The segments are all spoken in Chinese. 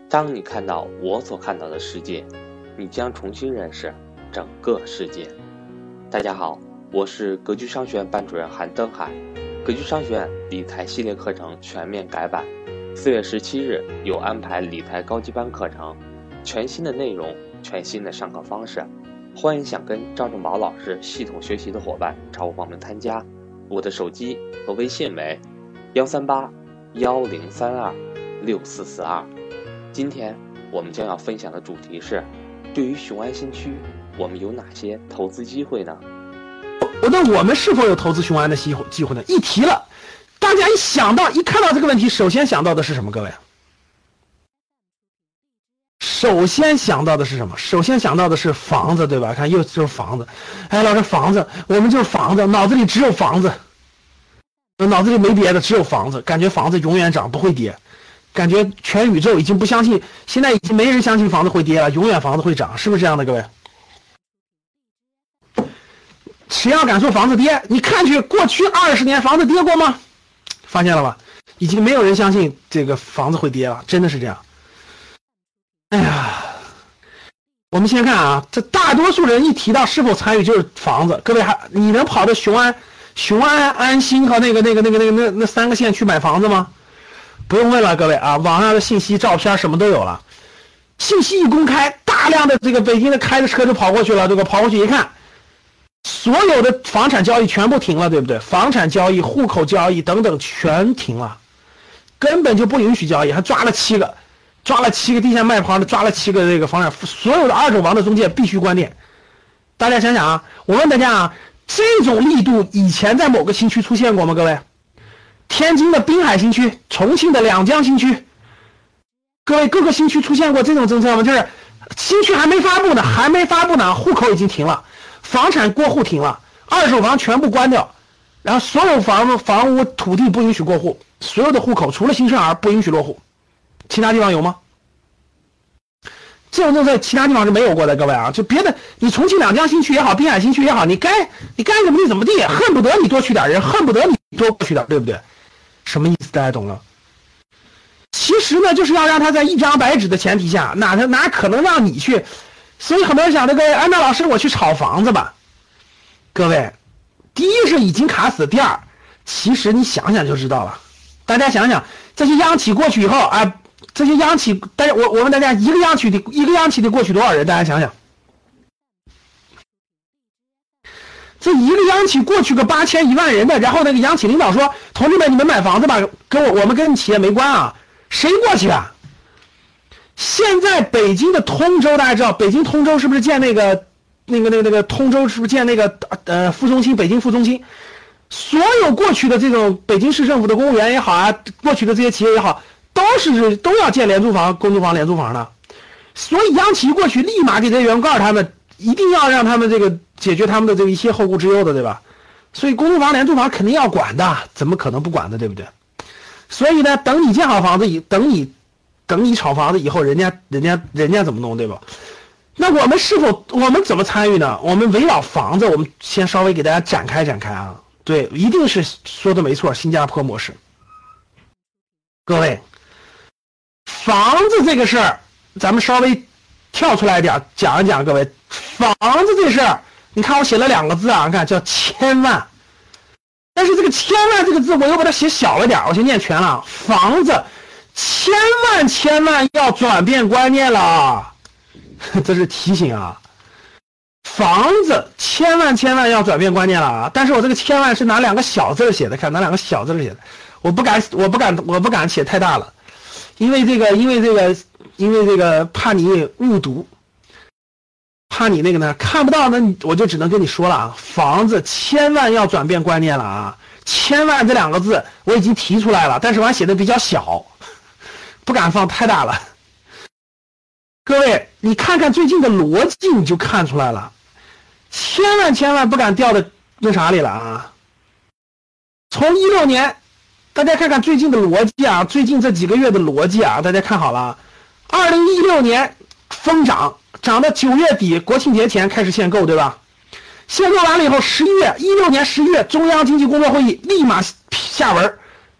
当你看到我所看到的世界，你将重新认识整个世界。大家好，我是格局商学院班主任韩登海。格局商学院理财系列课程全面改版，4月17日有安排理财高级班课程，全新的内容，全新的上课方式。欢迎想跟赵正宝老师系统学习的伙伴找我报名参加。我的手机和微信为138-1032-6442。今天我们将要分享的主题是，对于雄安新区，我们有哪些投资机会呢？ 我们是否有投资雄安的机会呢？一提了，大家一看到这个问题，首先想到的是什么？各位，首先想到的是什么？首先想到的是房子，对吧？看又就是房子。哎，老师，房子，我们就是房子，脑子里只有房子，脑子里没别的，只有房子，感觉房子永远涨不会跌。感觉全宇宙已经不相信，现在已经没人相信房子会跌了，永远房子会涨，是不是这样的？各位，谁要敢说房子跌，你看去过去20年房子跌过吗？发现了吧？已经没有人相信这个房子会跌了，真的是这样。哎呀，我们先看啊，这大多数人一提到是否参与就是房子，各位你能跑到雄安、安新和那3个县去买房子吗？不用问了，各位啊，网上的信息、照片什么都有了。信息一公开，大量的这个北京的开着车就跑过去了，这个跑过去一看，所有的房产交易全部停了，对不对？房产交易、户口交易等等全停了，根本就不允许交易，还抓了7个地下卖房的，抓了7个这个房产，所有的2手房的中介必须关店。大家想想啊，我问大家啊，这种力度以前在某个新区出现过吗？各位？天津的滨海新区，重庆的两江新区，各位各个新区出现过这种政策吗？就是新区还没发布呢，户口已经停了，房产过户停了，2手房全部关掉，然后所有房屋土地不允许过户，所有的户口除了新生儿不允许落户，其他地方有吗？这种政策其他地方是没有过的，各位啊，就别的你重庆两江新区也好，滨海新区也好，你该怎么地怎么地，恨不得你多去点人，恨不得你多去点，对不对？什么意思？大家懂了？其实呢，就是要让他在一张白纸的前提下，哪可能让你去？所以很多人想，各位，安娜老师，我去炒房子吧。各位，第一是已经卡死，第二，其实你想想就知道了。大家想想，这些央企过去以后啊，这些央企，我问大家，一个央企得过去多少人？大家想想。这一个央企过去个8000、1万人的，然后那个央企领导说：“同志们，你们买房子吧，我们跟企业没关啊，谁过去啊？”现在北京的通州，大家知道，北京通州是不是建那个通州是不是建那个副中心？北京副中心，所有过去的这种北京市政府的公务员也好啊，过去的这些企业也好，都要建廉租房、公租房、廉租房的，所以央企过去立马给这些员工告诉他们，一定要让他们这个解决他们的这个一些后顾之忧的，对吧？所以公租房、廉租房肯定要管的，怎么可能不管的，对不对？所以呢，等你建好房子，等你炒房子以后，人家怎么弄，对吧？那我们怎么参与呢？我们围绕房子，我们先稍微给大家展开啊。对，一定是说的没错，新加坡模式。各位，房子这个事儿，咱们稍微跳出来一点讲一讲，各位，房子这事儿，你看我写了2个字啊，你看叫千万，但是这个千万这个字我又把它写小了点，我先念全了，房子千万要转变观念了，这是提醒啊，房子千万要转变观念了啊，但是我这个千万是拿2个小字写的，看拿2个小字写的，我不敢写太大了，因为这个怕你误读，怕你那个呢看不到，那我就只能跟你说了啊，房子千万要转变观念了啊，千万这2个字我已经提出来了，但是我还写的比较小，不敢放太大了。各位，你看看最近的逻辑，你就看出来了，千万不敢掉到那啥里了啊。从16年，大家看看最近的逻辑啊，最近这几个月的逻辑啊，大家看好了，2016年疯涨到9月底国庆节前开始限购，对吧？限购完了以后，16年11月中央经济工作会议立马下文，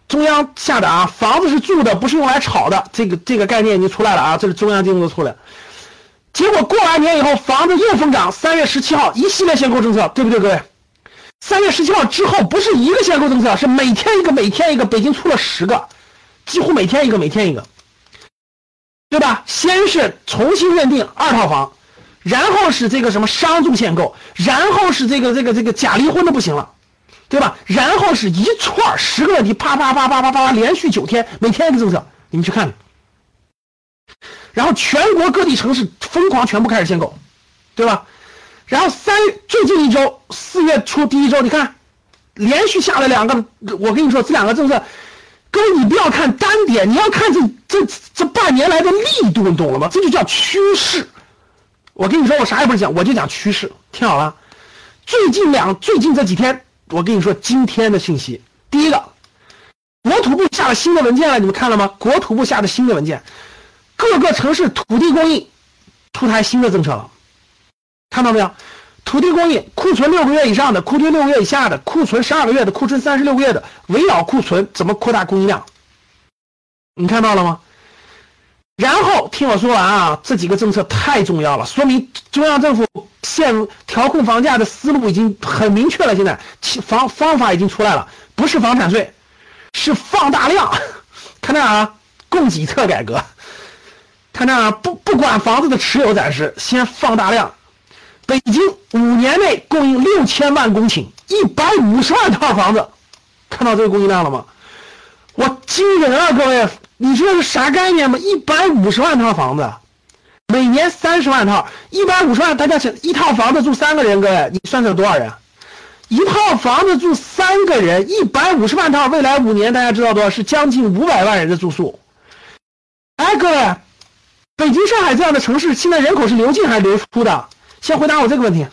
中央下的啊，房子是住的，不是用来炒的，这个概念已经出来了啊，这是中央经济出来。结果过完年以后，房子又疯涨，3月17号一系列限购政策，对不对，各位？3月17号之后不是一个限购政策，是每天一个，每天一个，北京出了10个，几乎每天一个，每天一个，对吧？先是重新认定2套房，然后是这个什么商住限购，然后是这个假离婚的不行了，对吧？然后是一串10个问题，啪啪啪啪啪啪，连续9天，每天一个政策，你们去看。然后全国各地城市疯狂全部开始限购，对吧？然后最近一周4月初第一周，你看连续下了2个，我跟你说这2个政策，各位你不要看单点，你要看这半年来的力度，你懂了吗？这就叫趋势。我跟你说，我啥也不是讲，我就讲趋势，听好了。最近这几天，我跟你说今天的信息，第一个，国土部下了新的文件了，你们看了吗？国土部下的新的文件。各个城市土地供应出台新的政策了，看到没有？土地供应，库存6个月以上的，库存6个月以下的，库存12个月的，库存36个月的，围绕库存怎么扩大供应量？你看到了吗？然后听我说完啊，这几个政策太重要了，说明中央政府调控房价的思路已经很明确了。现在方法已经出来了，不是房产税，是放大量。看这啊，供给侧改革。看这啊，不管房子的持有暂时，先放大量。北京5年内供应6000万公顷，150万套房子，看到这个供应量了吗？我惊人啊，各位，你知道是啥概念吗？150万套房子，每年30万套，150万，大家想一套房子住3个人，各位，你算算多少人？一套房子住3个人，150万套，未来5年大家知道多少？是将近500万人的住宿。哎，各位。北京、上海这样的城市，现在人口是流进还是流出的？先回答我这个问题。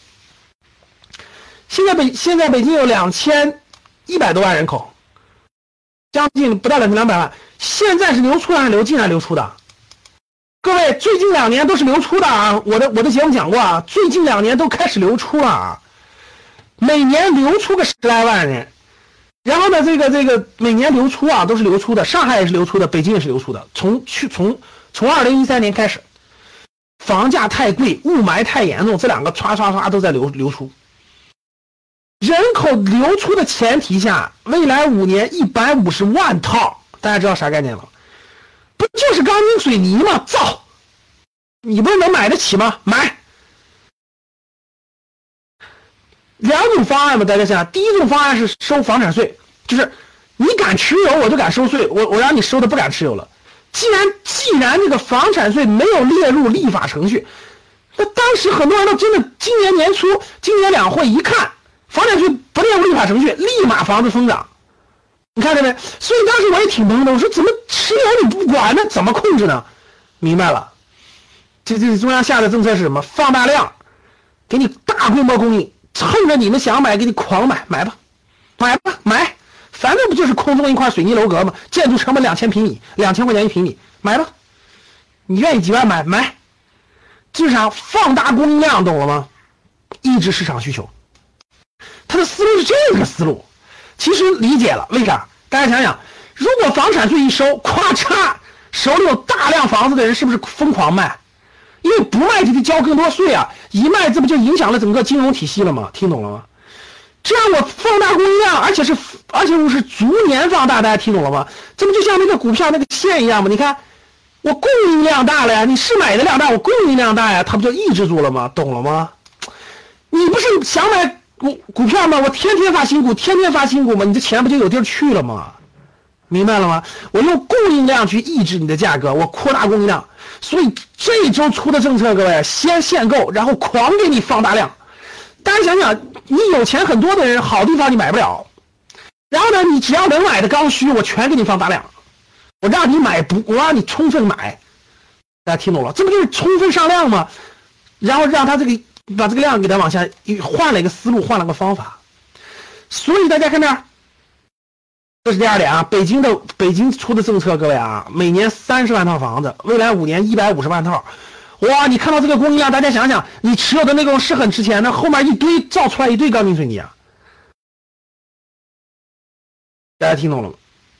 现在北京有2100多万人口，将近不到2200万。现在是流出还是流进还是流出的？各位，最近2年都是流出的啊！我的节目讲过啊，最近2年都开始流出了啊，每年流出个10来万人。然后呢，这个每年流出啊，都是流出的，上海也是流出的，北京也是流出的。从2013年开始，房价太贵，雾霾太严重，这2个唰唰唰都在流出。人口流出的前提下，未来5年150万套，大家知道啥概念吗？不就是钢筋水泥吗？造，你不是能买得起吗？买。2种方案嘛，大家想，第一种方案是收房产税，就是你敢持有我就敢收税，我让你收的不敢持有了。既然这个房产税没有列入立法程序，那当时很多人都真的今年年初今年两会一看房产税不列入立法程序，立马房子疯涨，你看见没？所以当时我也挺懵的，我说怎么持有你不管，那怎么控制呢？明白了，这中央下的政策是什么？放大量，给你大规模供应，趁着你们想买给你狂买，买吧，买，反正不就是空中一块水泥楼阁吗？建筑成本2000平米，2000块钱1平米，买吧，你愿意几万买，至少放大供应量，懂了吗？抑制市场需求，他的思路是这个思路，其实理解了，为啥？大家想想，如果房产税一收，咵嚓，手里有大量房子的人是不是疯狂卖？因为不卖就得交更多税啊，一卖这不就影响了整个金融体系了吗？听懂了吗？这样我放大供应量，而且我是逐年放大，大家听懂了吗？这不就像那个股票那个线一样吗？你看我供应量大了呀，你是买的量大，我供应量大呀，它不就抑制住了吗？懂了吗？你不是想买股票吗？我天天发新股吗？你这钱不就有地儿去了吗？明白了吗？我用供应量去抑制你的价格，我扩大供应量。所以这周出的政策，各位先限购，然后狂给你放大量。大家想想，你有钱很多的人，好地方你买不了，然后呢，你只要能买的刚需，我全给你放大量，我让你买我让你充分买。大家听懂了？这不就是充分上量吗？然后让他把这个量给他往下换了一个思路，换了个方法。所以大家看这儿，这是第二点啊，北京出的政策，各位啊，每年30万套房子，未来5年150万套。哇，你看到这个供应量，大家想想，你持有的那种是很值钱的，后面造出来一堆钢筋水泥啊。大家听懂了吗？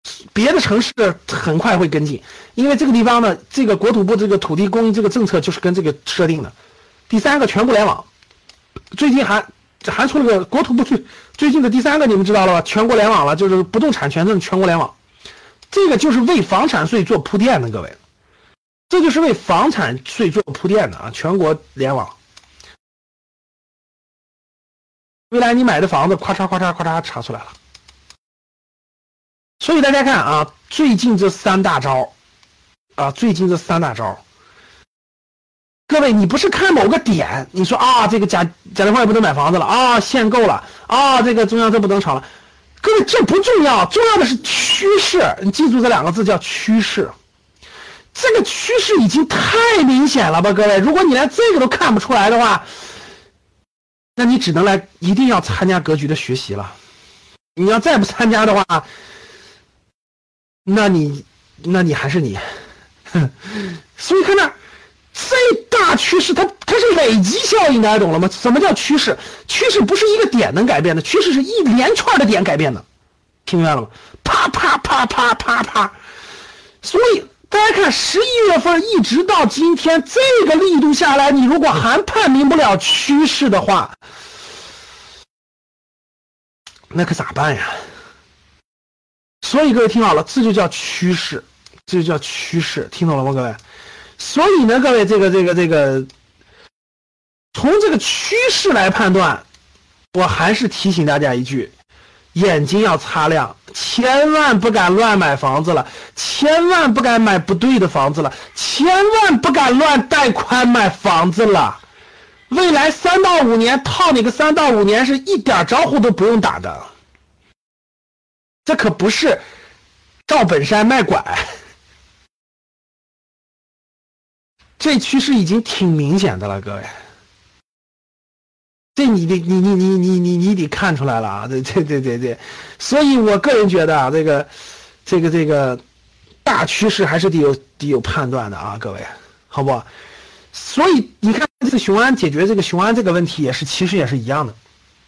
别的城市很快会跟进，因为这个地方呢，这个国土部这个土地供应这个政策就是跟这个设定的。第三个全国联网，最近还出了个国土部最近的第三个，你们知道了吧？全国联网了，就是不动产权证全国联网，这个就是为房产税做铺垫的，各位，这就是为房产税做铺垫的啊！全国联网，未来你买的房子咔嚓咔嚓咔嚓查出来了。所以大家看啊，最近这三大招，各位，你不是看某个点，你说啊，这个贾玲花也不能买房子了啊，限购了啊，这个中央这不能炒了，各位这不重要，重要的是趋势，你记住这两个字叫趋势。这个趋势已经太明显了吧，各位，如果你连这个都看不出来的话，那你只能一定要参加格局的学习了。你要再不参加的话，那你还是你。所以看那这大趋势它是累积效应，大家懂了吗？什么叫趋势？趋势不是一个点能改变的，趋势是一连串的点改变的，听明白了吗？啪啪啪啪啪啪。所以大家看11月份一直到今天这个力度下来，你如果还判明不了趋势的话，那可咋办呀？所以各位听好了，这就叫趋势，这就叫趋势，听懂了吗，各位？所以呢，各位这个从这个趋势来判断，我还是提醒大家一句，眼睛要擦亮，千万不敢乱买房子了，千万不敢买不对的房子了，千万不敢乱贷款买房子了。未来3到5年套你个3到5年是一点招呼都不用打的，这可不是赵本山卖拐。这趋势已经挺明显的了，各位，这你得看出来了啊！对，所以我个人觉得啊，这个大趋势还是得有判断的啊，各位，好不好？所以你看，这次雄安解决这个雄安这个问题其实也是一样的。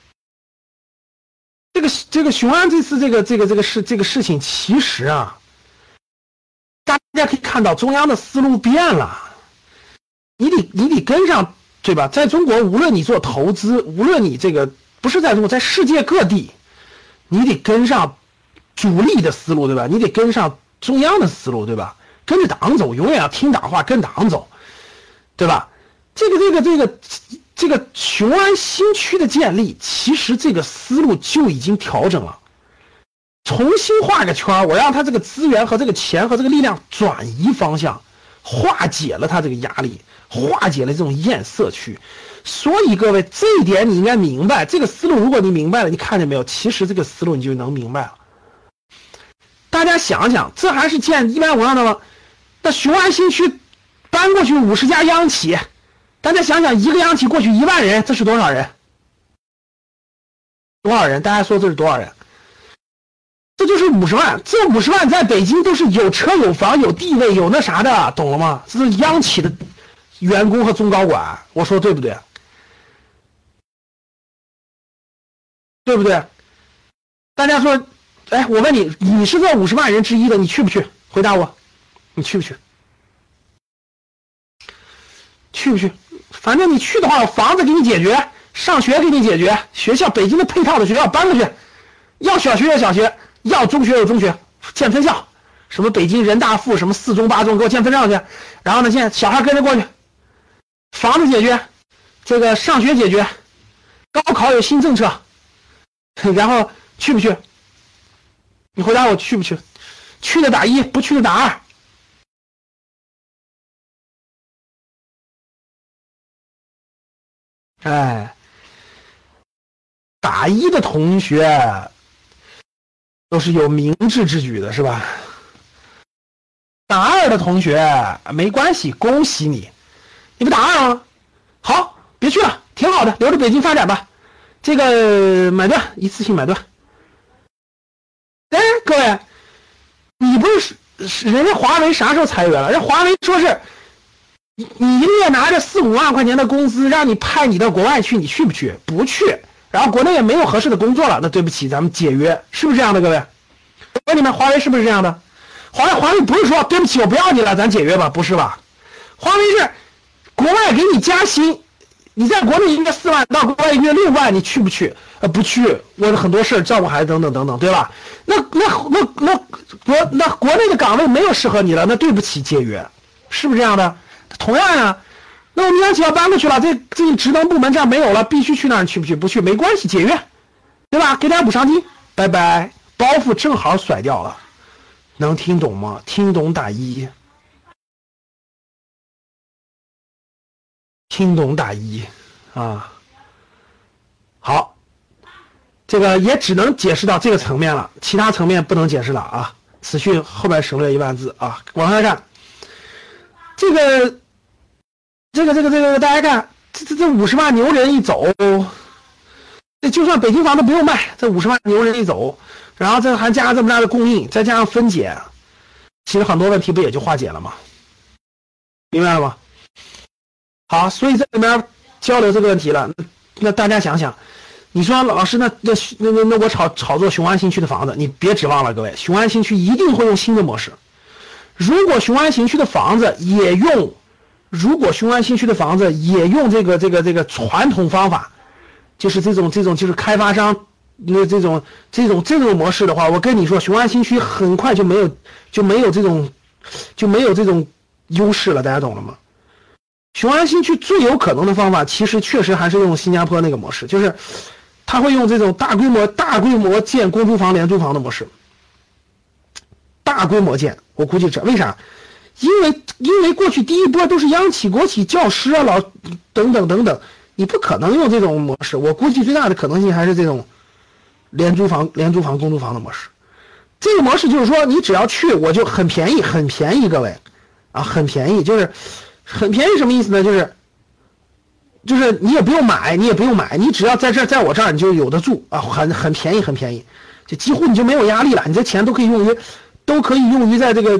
这个雄安这次这个事情，其实啊，大家可以看到中央的思路变了。你得跟上，对吧？在中国，无论你做投资，无论你这个不是在中国，在世界各地，你得跟上主力的思路，对吧？你得跟上中央的思路，对吧？跟着党走，永远要听党话，跟党走，对吧？这个雄安新区的建立，其实这个思路就已经调整了，重新画个圈，我让他这个资源和这个钱和这个力量转移方向，化解了他这个压力。化解了这种堰塞区，所以各位这一点你应该明白，这个思路如果你明白了，你看见没有？其实这个思路你就能明白了。大家想想，这还是建150万的吗？那雄安新区搬过去50家央企，大家想想，一个央企过去1万人，这是多少人？多少人？大家说这是多少人？这就是50万，这50万在北京都是有车有房有地位有那啥的，懂了吗？这是央企的员工和中高管，我说对不对？对不对？大家说，哎，我问你，你是这50万人之一的，你去不去？回答我，你去不去？去不去？反正你去的话，房子给你解决，上学给你解决，学校北京的配套的学校搬过去，要小学有小学，要中学有中学，建分校，什么北京人大附什么4中8中，给我建分校去。然后呢，现在小孩跟着过去。房子解决，这个上学解决，高考有新政策，然后去不去？你回答我去不去？去的打1，不去的打2。哎，打1的同学都是有明智之举的，是吧？打2的同学没关系，恭喜你。你不打2吗？好，别去了，挺好的，留着北京发展吧。这个买断，一次性买断。哎，各位，你不是人家华为啥时候裁员了？人华为说是你一个月拿着4、5万块钱的工资，让你派你到国外去，你去不去？不去。然后国内也没有合适的工作了，那对不起，咱们解约，是不是这样的，各位？ 问你们，华为是不是这样的？华为不是说对不起我不要你了，咱解约吧，不是吧？华为是国外给你加薪，你在国内应该4万，到国外应该6万，你去不去？不去，我有很多事照顾孩子等等等等，对吧？那国内的岗位没有适合你了，那对不起解约，是不是这样的？同样呀，那我们央企要搬过去了，这职能部门这样没有了，必须去那儿，去不去？不去没关系，解约，对吧？给点补偿金，拜拜，包袱正好甩掉了，能听懂吗？听懂打1，听懂打1啊。好，这个也只能解释到这个层面了，其他层面不能解释了啊。此讯后边省略1万字啊。往下看，这个大家看，这50万牛人一走，这就算北京房都不用卖，这50万牛人一走，然后这还加上这么大的供应，再加上分解，其实很多问题不也就化解了吗？明白了吗？好，所以这里面交流这个问题了，那大家想想，你说老师，那我炒作雄安新区的房子，你别指望了，各位，雄安新区一定会用新的模式。如果雄安新区的房子也用这个传统方法，就是这种就是开发商这种模式的话，我跟你说，雄安新区很快就没有这种优势了，大家懂了吗？雄安新区最有可能的方法，其实确实还是用新加坡那个模式，就是他会用这种大规模建公租房、廉租房的模式。大规模建，我估计为啥？因为过去第一波都是央企、国企、教师啊，等等，你不可能用这种模式。我估计最大的可能性还是这种廉租房、公租房的模式。这个模式就是说，你只要去，我就很便宜，各位啊，很便宜，就是很便宜什么意思呢？就是你也不用买，你只要在我这儿你就有的住啊，很便宜，就几乎你就没有压力了，你这钱都可以用于在这个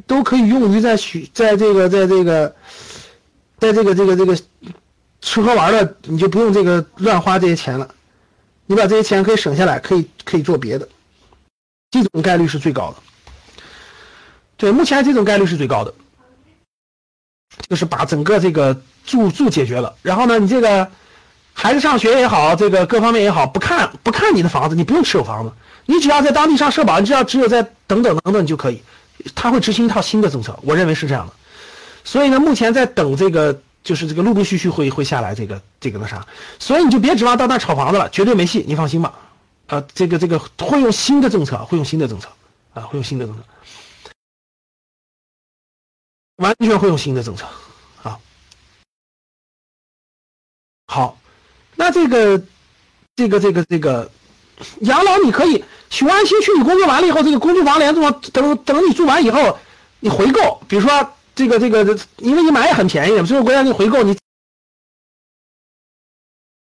吃喝玩乐，你就不用这个乱花这些钱了，你把这些钱可以省下来，可以做别的，这种概率是最高的。对，目前这种概率是最高的，就是把整个这个住解决了。然后呢，你这个孩子上学也好，这个各方面也好，不看你的房子，你不用持有房子，你只要在当地上社保，你只有在等等你就可以。他会执行一套新的政策，我认为是这样的。所以呢，目前在等这个，就是这个陆陆续续会下来这个那啥，所以你就别指望到那炒房子了，绝对没戏，你放心吧。这个会用新的政策，完全会用新的政策啊。好，那这个养老你可以雄安新区，你工作完了以后，这个公租房、廉租房等你住完以后，你回购，比如说这个，因为你买也很便宜，所以国家给你回购，你